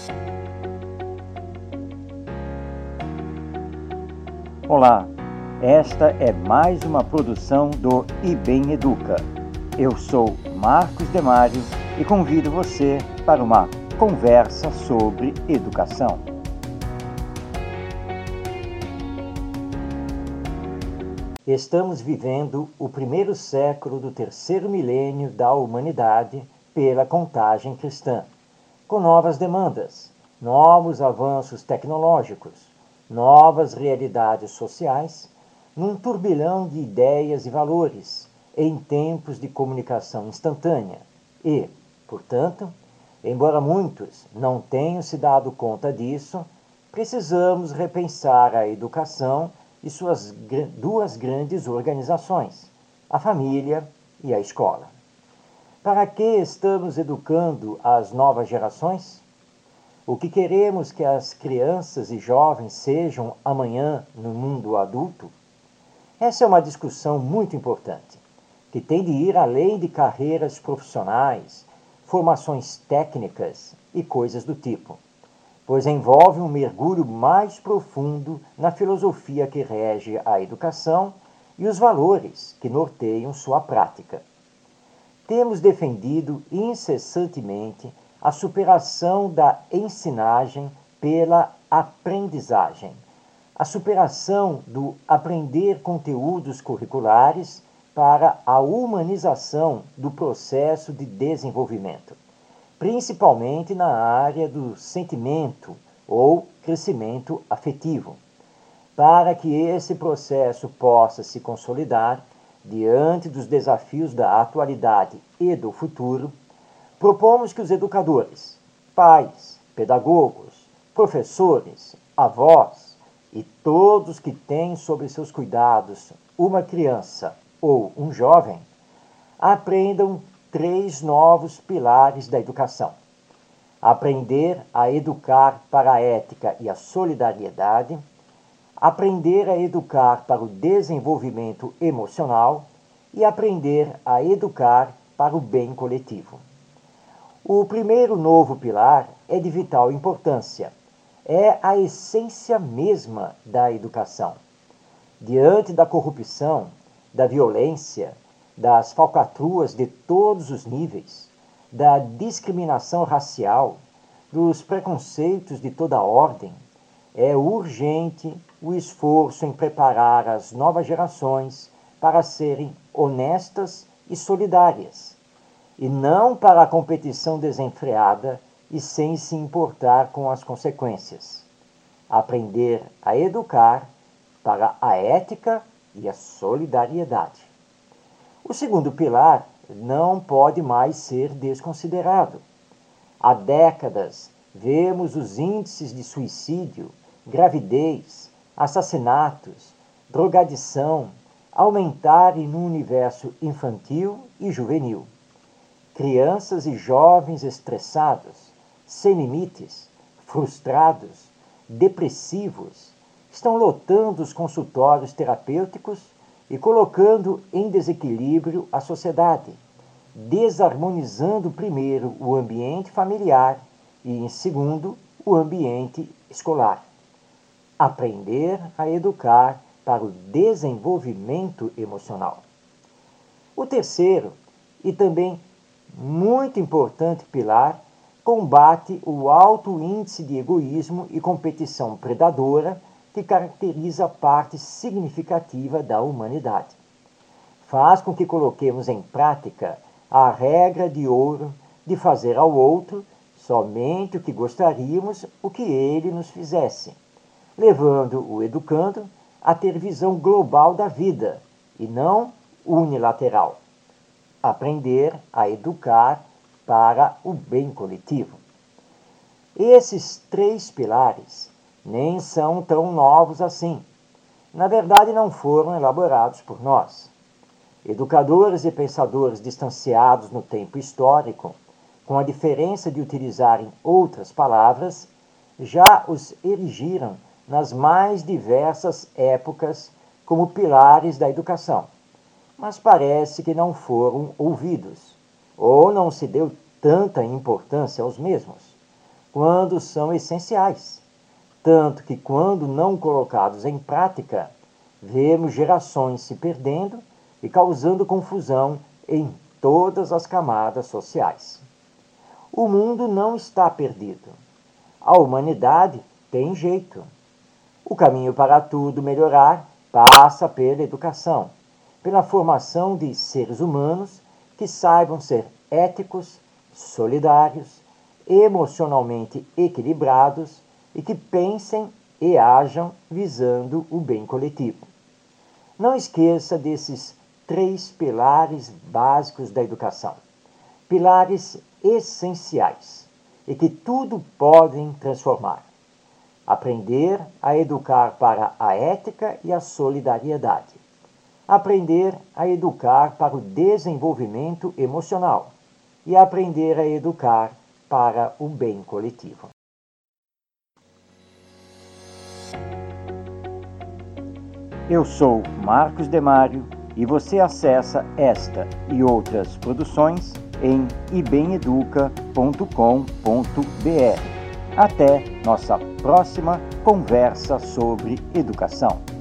Olá, esta é mais uma produção do IBEM Educa. Eu sou Marcos Demário e convido você para uma conversa sobre educação. Estamos vivendo o primeiro século do terceiro milênio da humanidade pela contagem cristã, com novas demandas, novos avanços tecnológicos, novas realidades sociais, num turbilhão de ideias e valores, em tempos de comunicação instantânea e, portanto, embora muitos não tenham se dado conta disso, precisamos repensar a educação e suas duas grandes organizações, a família e a escola. Para que estamos educando as novas gerações? O que queremos que as crianças e jovens sejam amanhã no mundo adulto? Essa é uma discussão muito importante, que tem de ir além de carreiras profissionais, formações técnicas e coisas do tipo, pois envolve um mergulho mais profundo na filosofia que rege a educação e os valores que norteiam sua prática. Temos defendido incessantemente a superação da ensinagem pela aprendizagem, a superação do aprender conteúdos curriculares para a humanização do processo de desenvolvimento, principalmente na área do sentimento ou crescimento afetivo. Para que esse processo possa se consolidar diante dos desafios da atualidade e do futuro, propomos que os educadores, pais, pedagogos, professores, avós e todos que têm sob seus cuidados uma criança ou um jovem aprendam 3 novos pilares da educação. Aprender a educar para a ética e a solidariedade, aprender a educar para o desenvolvimento emocional e aprender a educar para o bem coletivo. O primeiro novo pilar é de vital importância. É a essência mesma da educação. Diante da corrupção, da violência, das falcatruas de todos os níveis, da discriminação racial, dos preconceitos de toda ordem, é urgente o esforço em preparar as novas gerações para serem honestas e solidárias, e não para a competição desenfreada e sem se importar com as consequências. Aprender a educar para a ética e a solidariedade. O segundo pilar não pode mais ser desconsiderado. Há décadas, vemos os índices de suicídio, gravidez, assassinatos, drogadição aumentarem no universo infantil e juvenil. Crianças e jovens estressados, sem limites, frustrados, depressivos, estão lotando os consultórios terapêuticos e colocando em desequilíbrio a sociedade, desarmonizando primeiro o ambiente familiar e, em segundo, o ambiente escolar. Aprender a educar para o desenvolvimento emocional. O terceiro, e também muito importante pilar, combate o alto índice de egoísmo e competição predadora que caracteriza parte significativa da humanidade. Faz com que coloquemos em prática a regra de ouro de fazer ao outro somente o que gostaríamos o que ele nos fizesse, levando o educando a ter visão global da vida e não unilateral. Aprender a educar para o bem coletivo. Esses 3 pilares nem são tão novos assim. Na verdade, não foram elaborados por nós. Educadores e pensadores distanciados no tempo histórico, com a diferença de utilizarem outras palavras, já os erigiram nas mais diversas épocas como pilares da educação. Mas parece que não foram ouvidos, ou não se deu tanta importância aos mesmos. quando são essenciais, tanto que, quando não colocados em prática, vemos gerações se perdendo e causando confusão em todas as camadas sociais. O mundo não está perdido. A humanidade tem jeito. O caminho para tudo melhorar passa pela educação, pela formação de seres humanos que saibam ser éticos, solidários, emocionalmente equilibrados e que pensem e ajam visando o bem coletivo. Não esqueça desses 3 pilares básicos da educação, pilares essenciais e que tudo podem transformar. Aprender a educar para a ética e a solidariedade. Aprender a educar para o desenvolvimento emocional e aprender a educar para o bem coletivo. Eu sou Marcos Demário e você acessa esta e outras produções em ibemeduca.com.br. Até nossa próxima conversa sobre educação.